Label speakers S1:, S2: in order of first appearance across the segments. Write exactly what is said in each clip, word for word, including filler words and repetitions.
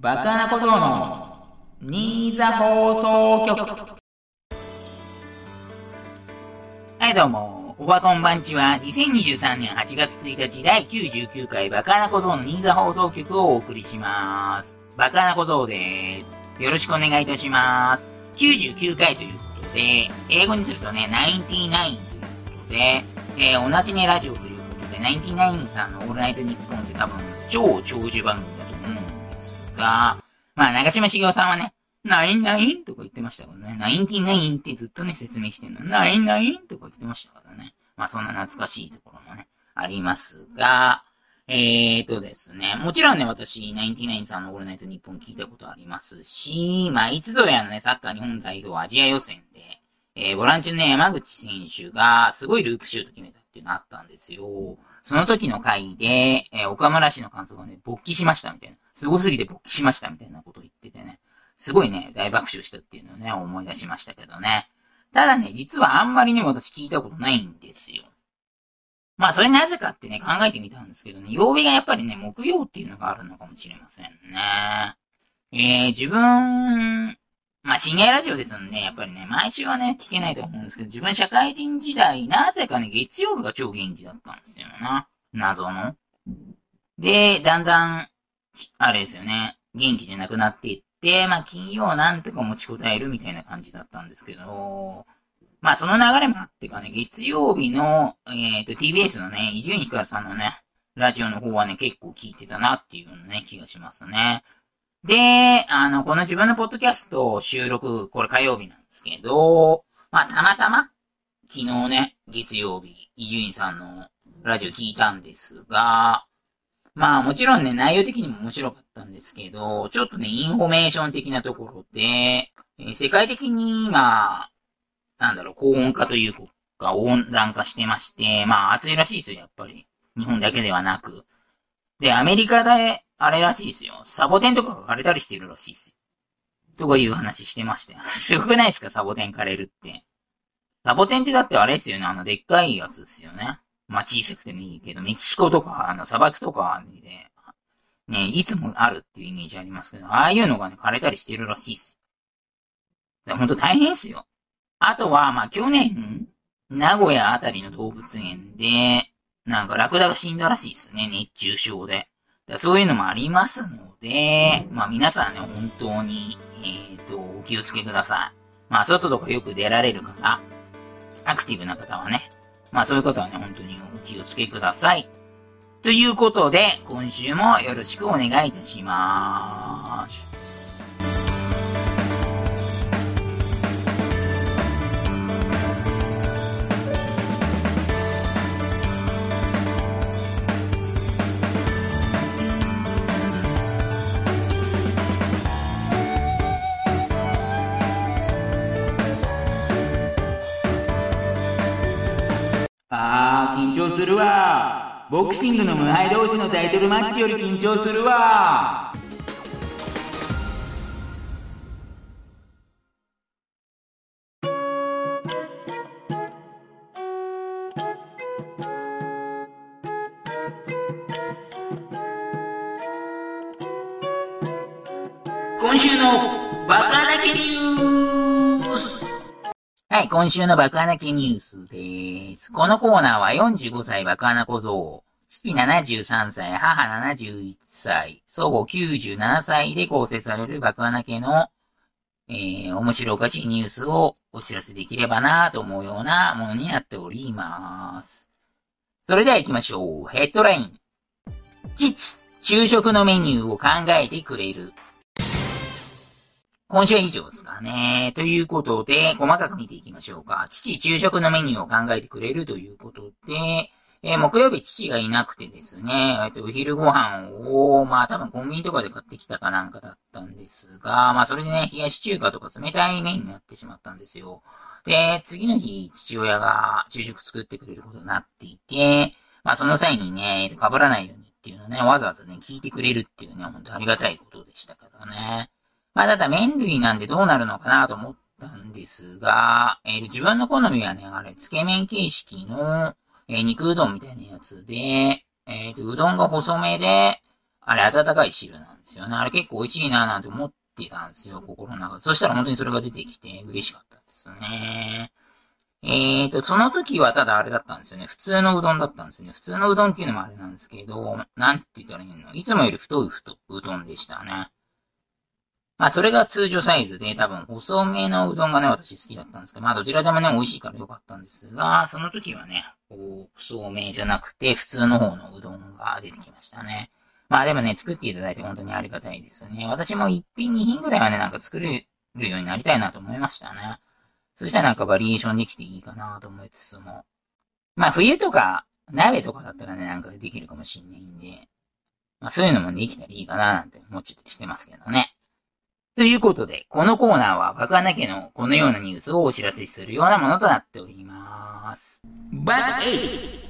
S1: バカな小僧の新座放送局。はいどうも、おはこんばんちは。にせんにじゅうさんねんはちがつついたちだいきゅうじゅうきゅうかいバカな小僧の新座放送局をお送りします。バカな小僧です。よろしくお願いいたします。きゅうじゅうきゅうかいということで、英語にするとね、ナインティナインということで、えー、同じねラジオということで、ナインティナインさんのオールナイトニッポンって多分超長寿番組だと思うんですが、まあ長嶋茂雄さんはね、ナインナインとか言ってましたからね。ナインティナインってずっとね説明してるの。ナインナインとか言ってましたからね。まあそんな懐かしいところもね、ありますが、えーとですね、もちろんね、私、ナインティナインさんのオールナイトニッポン聞いたことありますし、まあいつぞやのね、サッカー日本代表アジア予選で、えー、ボランチのね、山口選手がすごいループシュート決めたっていうのあったんですよ。その時の回で、えー、岡村氏の監督がね、勃起しましたみたいな。すごすぎて勃起しましたみたいなことを言っててね。すごいね、大爆笑したっていうのをね、思い出しましたけどね。ただね、実はあんまりね、私聞いたことないんですよ。まあ、それなぜかってね、考えてみたんですけどね、曜日がやっぱりね、木曜っていうのがあるのかもしれませんね。えー、自分、まあ、深夜ラジオですんで、やっぱりね、毎週はね、聞けないと思うんですけど、自分社会人時代、なぜかね、月曜日が超元気だったんですよな。謎の。で、だんだん、あれですよね、元気じゃなくなっていって、まあ、金曜なんとか持ちこたえるみたいな感じだったんですけど、まあ、その流れもあってかね、月曜日の、えっと、ティービーエス のね、伊集院光さんのね、ラジオの方はね、結構聞いてたなっていうね、気がしますね。で、あの、この自分のポッドキャスト収録、これ火曜日なんですけど、まあ、たまたま、昨日ね、月曜日、伊集院さんのラジオ聞いたんですが、まあ、もちろんね、内容的にも面白かったんですけど、ちょっとね、インフォメーション的なところで、えー、世界的に、まあ、なんだろう、高温化というか、温暖化してまして、まあ、暑いらしいですよ、やっぱり。日本だけではなく。で、アメリカで、あれらしいですよ。サボテンとかが枯れたりしてるらしいですよ。とかいう話してましたよ。すごくないですか、サボテン枯れるって。サボテンってだってあれですよね、あの、でっかいやつですよね。まあ、小さくてもいいけど、メキシコとか、あの、砂漠とかで、ね、いつもあるっていうイメージありますけど、ああいうのがね、枯れたりしてるらしいです。だからほんと大変ですよ。あとは、まあ、去年、名古屋あたりの動物園で、なんかラクダが死んだらしいですね、熱中症で。そういうのもありますので、まあ皆さんね、本当に、えっと、お気をつけください。まあ外とかよく出られる方、アクティブな方はね、まあそういう方はね、本当にお気をつけください。ということで、今週もよろしくお願いいたします。
S2: あー、緊張するわ。ボクシングの無敗同士のタイトルマッチより緊張するわ。
S1: 今週のバカだけニュース。はい、今週のバカなきニュースです。このコーナーはよんじゅうごさいバカな小僧、父ななじゅうさんさい、母ななじゅういっさい、祖母きゅうじゅうななさいで構成されるバカな家の、えー、面白おかしいニュースをお知らせできればなと思うようなものになっております。それでは行きましょう。ヘッドライン。父、昼食のメニューを考えてくれる。今週は以上ですかね。ということで、細かく見ていきましょうか。父、昼食のメニューを考えてくれるということで、えー、木曜日父がいなくてですね、えっと、お昼ご飯を、まあ多分コンビニとかで買ってきたかなんかだったんですが、まあそれでね、冷やし中華とか冷たい麺になってしまったんですよ。で、次の日、父親が昼食作ってくれることになっていて、まあその際にね、被らないようにっていうのをね、わざわざね、聞いてくれるっていうね、本当ありがたいことでしたからね。まあ、ただ麺類なんでどうなるのかなと思ったんですが、えー、自分の好みはね、あれ、つけ麺形式の、えー、肉うどんみたいなやつで、えーと、うどんが細めで、 あれ温かい汁なんですよね。あれ結構美味しいななんて思ってたんですよ、心の中で。そしたら本当にそれが出てきて嬉しかったですね。えーと、その時はただあれだったんですよね。普通のうどんだったんですよね。普通のうどんっていうのもあれなんですけど、なんて言ったらいいの？いつもより太い太うどんでしたね。まあそれが通常サイズで多分細めのうどんがね、私好きだったんですけど、まあどちらでもね、美味しいから良かったんですが、その時はね、こう、細めじゃなくて普通の方のうどんが出てきましたね。まあでもね、作っていただいて本当にありがたいですね。私も一品二品ぐらいはね、なんか作れるようになりたいなと思いましたね。そしたらなんかバリエーションできていいかなと思いつつも。まあ冬とか鍋とかだったらね、なんかできるかもしんないんで、まあそういうのもできたらいいかななんて思っちゃったりしてますけどね。ということで、このコーナーはバカな家のこのようなニュースをお知らせするようなものとなっております。バカエイ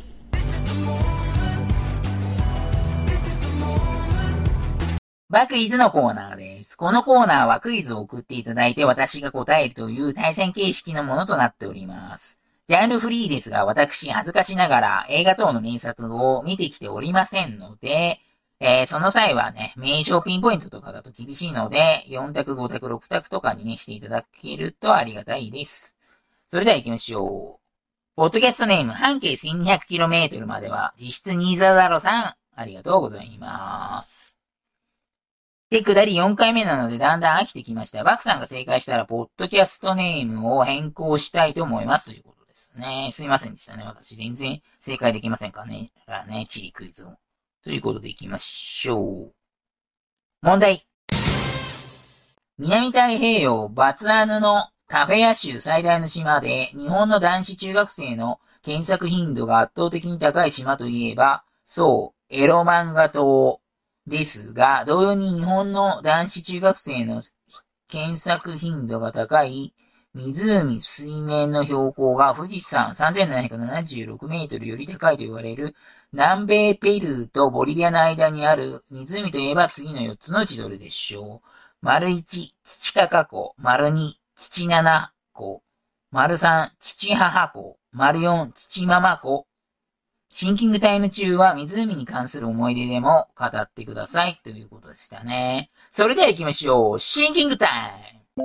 S1: バクイズのコーナーです。このコーナーはクイズを送っていただいて私が答えるという対戦形式のものとなっております。ジャンルフリーですが私恥ずかしながら映画等の名作を見てきておりませんので、えー、その際はね、名称ピンポイントとかだと厳しいので、よん択、ご択、ろく択とかにね、していただけるとありがたいです。それでは行きましょう。ポッドキャストネーム半径 せんにひゃくキロメートル までは実質ニーザダロさん、ありがとうございます。で、下りよんかいめなのでだんだん飽きてきました。バクさんが正解したら、ポッドキャストネームを変更したいと思います。ということですね。すいませんでしたね。私全然正解できませんかね。らね、チリクイズを。ということで行きましょう。問題。南太平洋バツアヌのタフェア州最大の島で、日本の男子中学生の検索頻度が圧倒的に高い島といえば、そう、エロ漫画島。ですが、同様に日本の男子中学生の検索頻度が高い湖水面の標高が富士山さんぜんななひゃくななじゅうろくメートルより高いと言われる南米ペルーとボリビアの間にある湖といえば次のよっつのうちどれでしょう。丸いち、父母湖。丸に、父七湖。丸さん、父母湖。丸よん、父ママ湖。シンキングタイム中は湖に関する思い出でも語ってくださいということでしたね。それでは行きましょう。シンキングタイム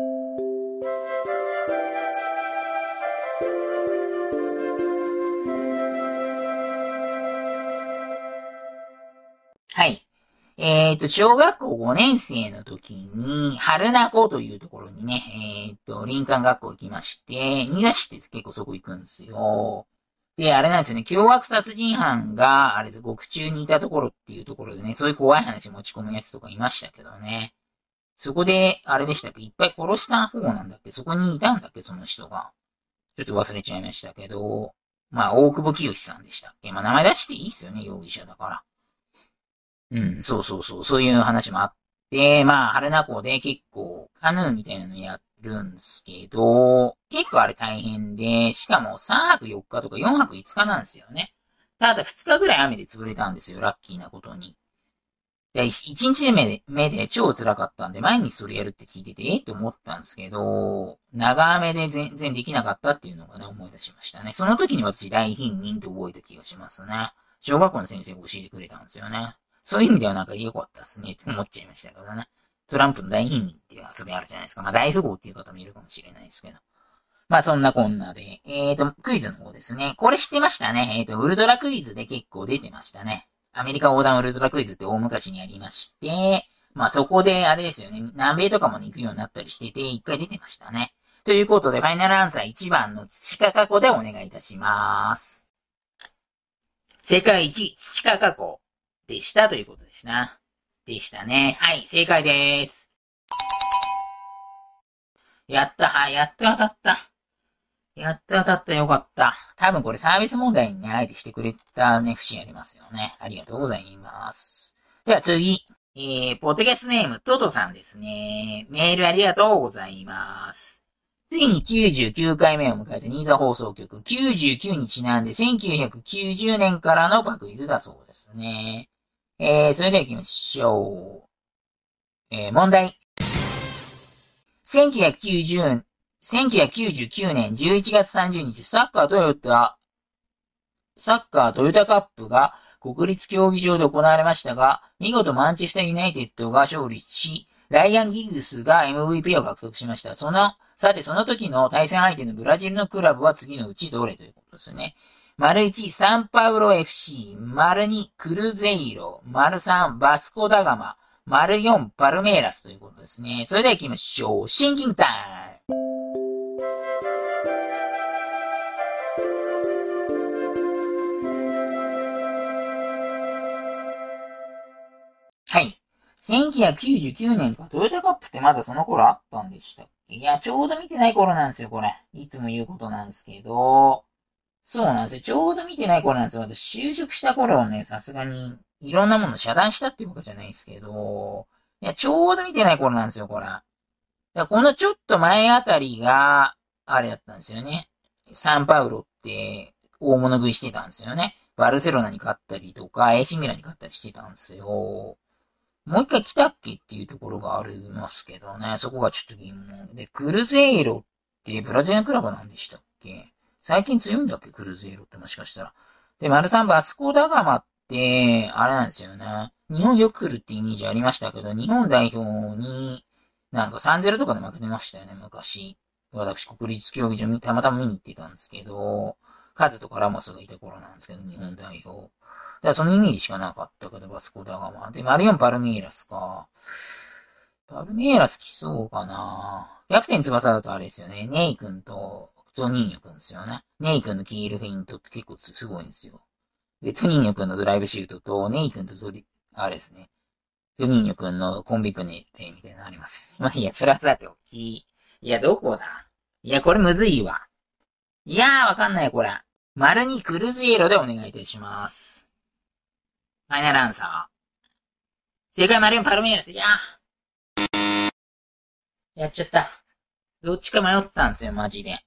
S1: はい。えっと、小学校ごねん生の時に、春名湖というところにね、えっと、林間学校行きまして、新座市って結構そこ行くんですよ。で、あれなんですよね、凶悪殺人犯が、あれ、獄中にいたところっていうところでね、そういう怖い話持ち込むやつとかいましたけどね。そこで、あれでしたっけ、いっぱい殺した方なんだっけ、そこにいたんだっけ、その人が。ちょっと忘れちゃいましたけど、まあ、大久保清さんでしたっけ。まあ、名前出していいっすよね、容疑者だから。うん、そうそうそう、そういう話もあって、まあ、春名湖で結構、カヌーみたいなのやるんですけど、結構あれ大変で、しかもさんはくよっかとかよんはくいつかなんですよね。ただふつかぐらい雨で潰れたんですよ、ラッキーなことに。で、いちにち目で、目で超辛かったんで、毎日それやるって聞いてて、えって思ったんですけど、長雨で全然できなかったっていうのがね、思い出しましたね。その時に私大貧民って覚えた気がしますね。小学校の先生が教えてくれたんですよね。そういう意味ではなんか良かったっすねって思っちゃいましたけどね。トランプの大貧民っていう遊びあるじゃないですか。まあ大富豪っていう方もいるかもしれないですけど。まあそんなこんなで、えーと、クイズの方ですね。これ知ってましたね。えーと、ウルトラクイズで結構出てましたね。アメリカ横断ウルトラクイズって大昔にありまして、まあそこであれですよね。南米とかも行くようになったりしてて、一回出てましたね。ということで、ファイナルアンサーいちばんの土方湖でお願いいたします。世界一土方湖でしたということですな。でしたね。はい、正解です。やった、はい、やっと当たった。やっと当たった、よかった。多分これサービス問題にね、あえてしてくれたね、節ありますよね。ありがとうございます。では次。えー、ポッドキャストネーム、トトさんですね。メールありがとうございます。次にきゅうじゅうきゅうかいめを迎えた新座放送局。きゅうじゅうきゅうにちなんでせんきゅうひゃくきゅうじゅうねんからのバクイズだそうですね。えー、それでは行きましょう。えー、問題。せんきゅうひゃくきゅうじゅう、せんきゅうひゃくきゅうじゅうきゅうねんじゅういちがつさんじゅうにち、サッカートヨタ、サッカートヨタカップが国立競技場で行われましたが、見事マンチェスターユナイテッドが勝利し、ライアン・ギグスが エムブイピー を獲得しました。その、さてその時の対戦相手のブラジルのクラブは次のうちどれということですよね。丸いち、サンパウロ エフシー、丸に、クルゼイロ、丸さん、バスコダガマ、丸よん、パルメイラスということですね。それでは行きましょう。シンキングタイム。はい。せんきゅうひゃくきゅうじゅうきゅうねんか、トヨタカップってまだその頃あったんでしたっけ？いや、ちょうど見てない頃なんですよ、これ。いつも言うことなんですけど、そうなんですよ。ちょうど見てない頃なんですよ。私、就職した頃はね、さすがに、いろんなもの遮断したっていうことじゃないですけど、いや、ちょうど見てない頃なんですよ、これ。だからこのちょっと前あたりが、あれだったんですよね。サンパウロって、大物食いしてたんですよね。バルセロナに勝ったりとか、エーシーミランに勝ったりしてたんですよ。もう一回来たっけっていうところがありますけどね。そこがちょっと疑問で、クルゼイロってブラジルのクラブなんでしたっけ？最近強いんだっけクルゼイロってもしかしたら。で、マルサンバスコダガマって、あれなんですよね。日本よく来るってイメージありましたけど、日本代表になんか さんたいゼロ とかで負けてましたよね、昔。私、国立競技場にたまたま見に行ってたんですけど、カズとかラモスがいた頃なんですけど、日本代表。だからそのイメージしかなかったけど、バスコダガマ。で、マリオン・パルメイラスか。パルメイラス来そうかな。キャプテン翼だとあれですよね。ネイ君とトニーニョ君ですよね。ネイ君のキールフェイントって結構すごいんですよ。で、トニーニョ君のドライブシュートと、ネイ君とドリ、あれですね。トニーニョ君のコンビプネペイみたいなのありますよね。まあいいや、それはさておき。いや、どこだ？いや、これむずいわ。いやー、わかんない、これ。丸にクルジエロでお願いいたします。ファイナルアンサー。正解マリオン・パルメイラス。いやー。やっちゃった。どっちか迷ったんですよ、マジで。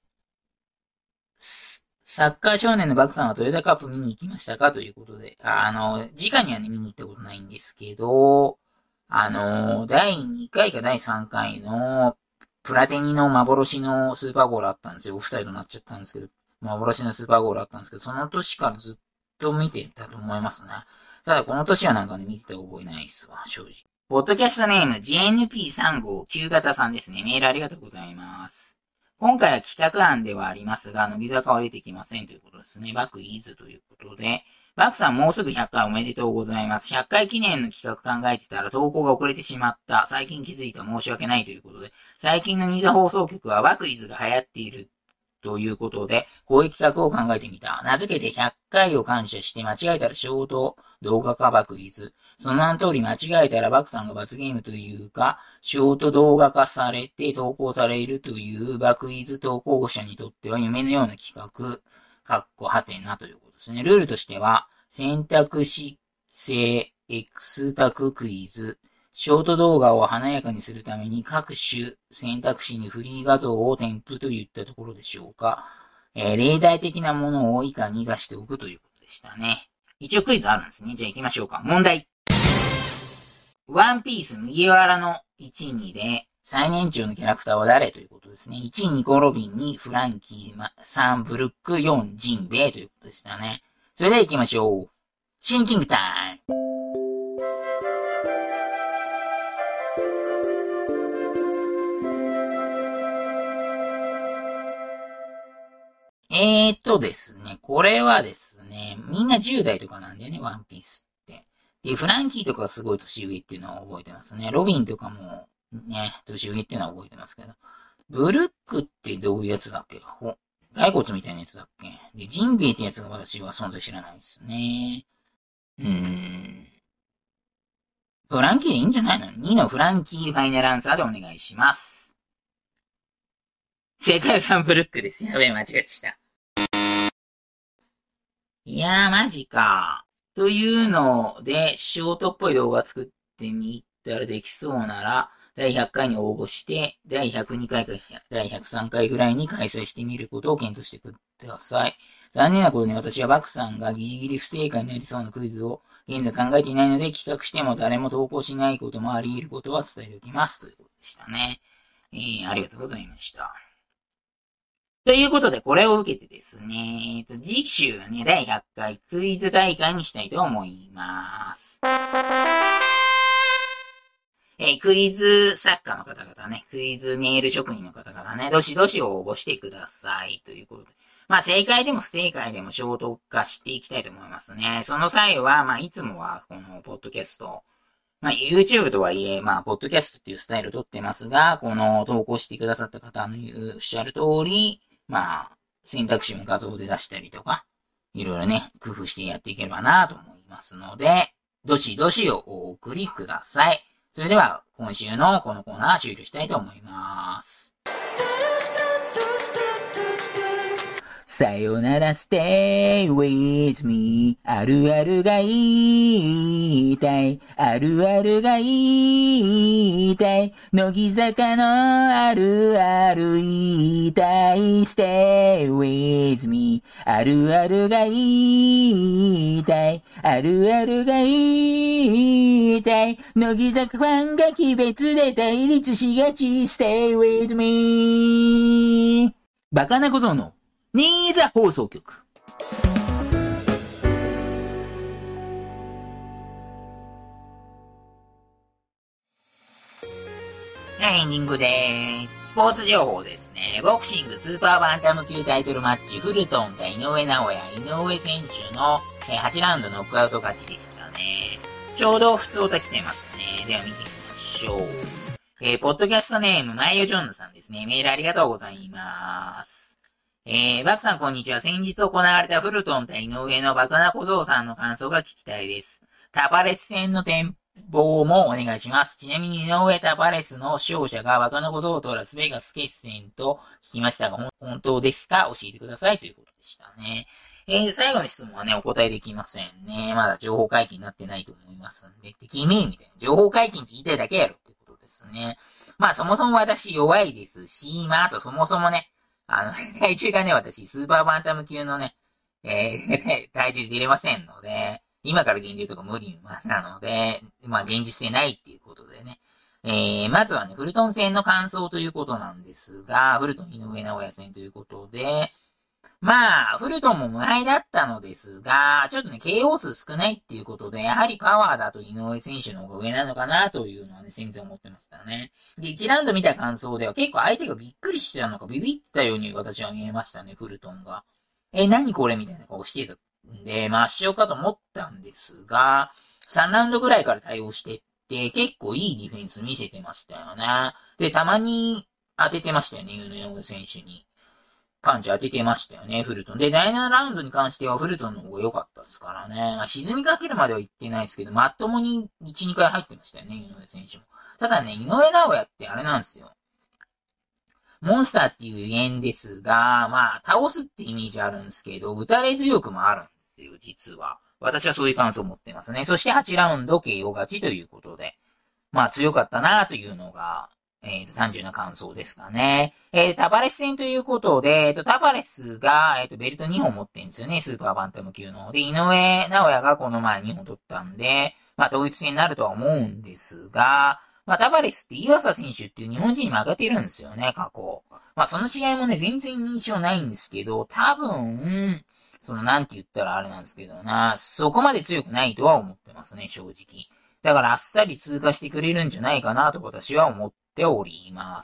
S1: サッカー少年のバクさんはトヨタカップ見に行きましたかということで。あの、直にはね、見に行ったことないんですけど、あの、だいにかいかだいさんかいの、プラテニの幻のスーパーゴールあったんですよ。オフサイドになっちゃったんですけど、幻のスーパーゴールあったんですけど、その年からずっと見てたと思いますね。ただこの年はなんかね、見てた覚えないっすわ、正直。ポッドキャストネーム ジェーエヌティーさんごうきゅう 型さんですね。メールありがとうございます。今回は企画案ではありますが、乃木坂は出てきませんということですね。バクイズということで、バクさんもうすぐひゃっかいおめでとうございます。ひゃっかい記念の企画考えてたら投稿が遅れてしまった。最近気づいた申し訳ないということで、最近のニザ放送局はバクイズが流行っているということで、こういう企画を考えてみた。名付けてひゃっかいを感謝して間違えたらショート動画化バクイズ。その名の通り間違えたらバクさんが罰ゲームというか、ショート動画化されて投稿されるというバクイズ投稿者にとっては夢のような企画、かっこはてなということですね。ルールとしては、選択肢性 X 択クイズ、ショート動画を華やかにするために各種選択肢にフリー画像を添付といったところでしょうか。えー、例題的なものを以下に出しておくということでしたね。一応クイズあるんですね。じゃあ行きましょうか。問題。ワンピース麦わらのいち、にで最年長のキャラクターは誰ということですね。いち、ニコロビン、に、フランキー、さん、ブルック、よん、ジンベイということでしたね。それでは行きましょう。シンキングタイム。えーっとですね、これはですね、みんなじゅう代とかなんだよね、ワンピースって。で、フランキーとかがすごい年上っていうのは覚えてますね。ロビンとかも、ね、年上っていうのは覚えてますけど。ブルックってどういうやつだっけ？ほ、骸骨みたいなやつだっけ？で、ジンベイってやつが私は存在知らないですね。うーん。フランキーでいいんじゃないの？ に のフランキーファイナルアンサーでお願いします。正解はさんブルックです。やべえ、間違ってした。いやー、マジか。というので、ショートっぽい動画作ってみたらできそうなら、だいひゃっかいに応募して、だいひゃくにかいかだいひゃくさんかいぐらいに開催してみることを検討してください。残念なことに私はバクさんがギリギリ不正解になりそうなクイズを現在考えていないので、企画しても誰も投稿しないこともあり得ることは伝えておきます。ということでしたね。えー、ありがとうございました。 ということで、これを受けてですね、えっと、次週ね、だいひゃっかいクイズ大会にしたいと思います。えー、クイズ作家の方々ね、クイズメール職人の方々ね、どしどし応募してください。ということで。まあ、正解でも不正解でもショート化していきたいと思いますね。その際は、まあ、いつもは、この、ポッドキャスト、まあ、YouTube とはいえ、まあ、ポッドキャストっていうスタイルをとってますが、この、投稿してくださった方のおっしゃる通り、まあ、選択肢も画像で出したりとか、いろいろね、工夫してやっていければなと思いますので、どしどしをお送りください。それでは、今週のこのコーナー終了したいと思います。さよなら stay with me あるあるが言いたいあるあるが言いたい乃木坂のあるある言いたい stay with me あるあるが言いたいあるあるが言いたい乃木坂ファンが鬼別で対立しがち stay with me バカな小僧の新座放送局。エンディングでーす。スポーツ情報ですね。ボクシングスーパーバンタム級タイトルマッチ、フルトン対井上尚弥、井上選手のはちラウンドノックアウト勝ちでしたね。ちょうど普通歌来てますね。では見てみましょう。えー、ポッドキャストネーム、マイオジョンヌさんですね。メールありがとうございます。えー、バクさんこんにちは。先日行われたフルトン対井上のバカな小僧さんの感想が聞きたいです。タパレス戦の展望もお願いします。ちなみに井上タパレスの勝者がバカな小僧とラスベガス決戦と聞きましたが、本当ですか？教えてくださいということでしたね。えー、最後の質問はね、お答えできませんね。まだ情報解禁になってないと思いますんで。てきめえみたいな。情報解禁って言いたいだけやろってことですね。まあそもそも私弱いですし、まああとそもそもね、あの、体重がね、私、スーパーバンタム級のね、えー、体重出れませんので、今から減量とか無理なので、まあ、現実性ないっていうことでね。えー、まずはね、フルトン戦の感想ということなんですが、フルトン井上尚弥戦ということで、まあ、フルトンも無敗だったのですが、ちょっとね、ケーオー 数少ないっていうことで、やはりパワーだと井上選手の方が上なのかなというのはね、全然思ってましたね。で、いちラウンド見た感想では結構相手がびっくりしてたのかビビったように私は見えましたね、フルトンが。え、何これみたいな顔してたんで、まあ、しようかと思ったんですが、さんラウンドぐらいから対応してって、結構いいディフェンス見せてましたよね。で、たまに当ててましたよね、井上選手に。パンチ当ててましたよね、フルトン。で、だいななラウンドに関してはフルトンの方が良かったですからね。まあ、沈みかけるまでは言ってないですけど、まともにいち、にかい入ってましたよね、井上選手も。ただね、井上尚弥ってあれなんですよ。モンスターっていうゆえんですが、まあ、倒すってイメージあるんですけど、打たれ強くもあるんですよ、実は。私はそういう感想を持ってますね。そしてはちラウンド ケーオー 勝ちということで、まあ強かったなというのが、えーと、単純な感想ですかね。えー、タパレス戦ということで、えーと、タパレスが、えーと、ベルトにほん持ってるんですよね、スーパーバンタム級の。で、井上尚弥がこの前にほん取ったんで、まあ統一戦になるとは思うんですが、まあタパレスって岩佐選手っていう日本人に負けてるんですよね、過去。まあその違いもね、全然印象ないんですけど、多分、そのなんて言ったらあれなんですけどな、そこまで強くないとは思ってますね、正直。だからあっさり通過してくれるんじゃないかなと私は思っております。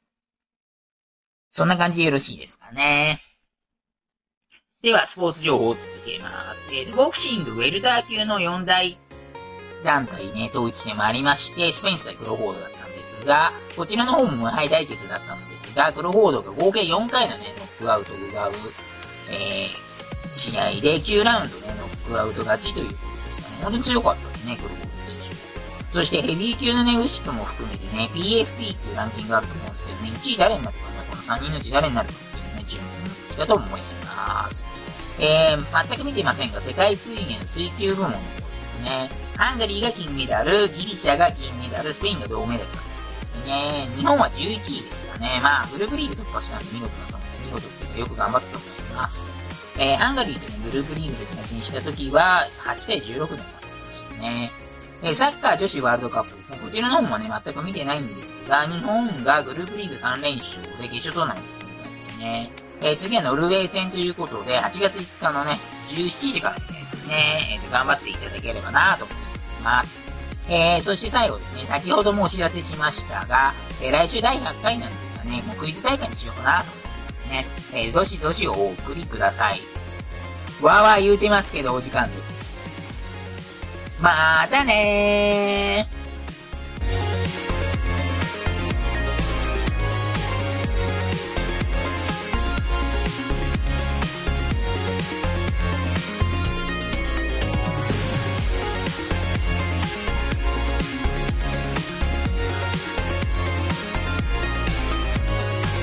S1: そんな感じでよろしいですかね。では、スポーツ情報を続けます。えー、ボクシングウェルター級のよん大団体ね、統一戦もありまして、スペンス対クロフォードだったんですが、こちらの方も無敗対決だったのですが、クロフォードが合計よんかいのね、ノックアウトを奪う、えー、試合できゅうラウンドね、ノックアウト勝ちということでしたね。本当に強かったですね、クロフォード選手。そしてヘビー級のね、ウシットも含めてね、ピーエフピー っていうランキングがあると思うんですけどね、いちい誰になるかな、このさんにんのうち誰になるかっていうね、注目したと思います。えー、全く見ていませんが、世界水泳の水球部門の方ですね。ハンガリーが金メダル、ギリシャが銀メダル、スペインが銅メダルですね。日本はじゅういちいでしたね。まあ、グループリーグ突破したんで見事だと思う。見事っていうかよく頑張ったと思います。えー、ハンガリーと、ね、グループリーグで対戦した時は、はちたいじゅうろくで負けましたね。えー、サッカー女子ワールドカップですね。こちらの方もね、全く見てないんですが、日本がグループリーグさん連勝で決勝トーナメントに進ですよね。えー、次はノルウェー戦ということで、はちがついつかのね、じゅうしちじからですね、えー、頑張っていただければなと思っています。えー、そして最後ですね、先ほどもお知らせしましたが、えー、来週だいひゃっかいなんですがね、もうクイズ大会にしようかなと思ってますね。えー、どしどしお送りください。わーわー言うてますけどお時間です。またねー。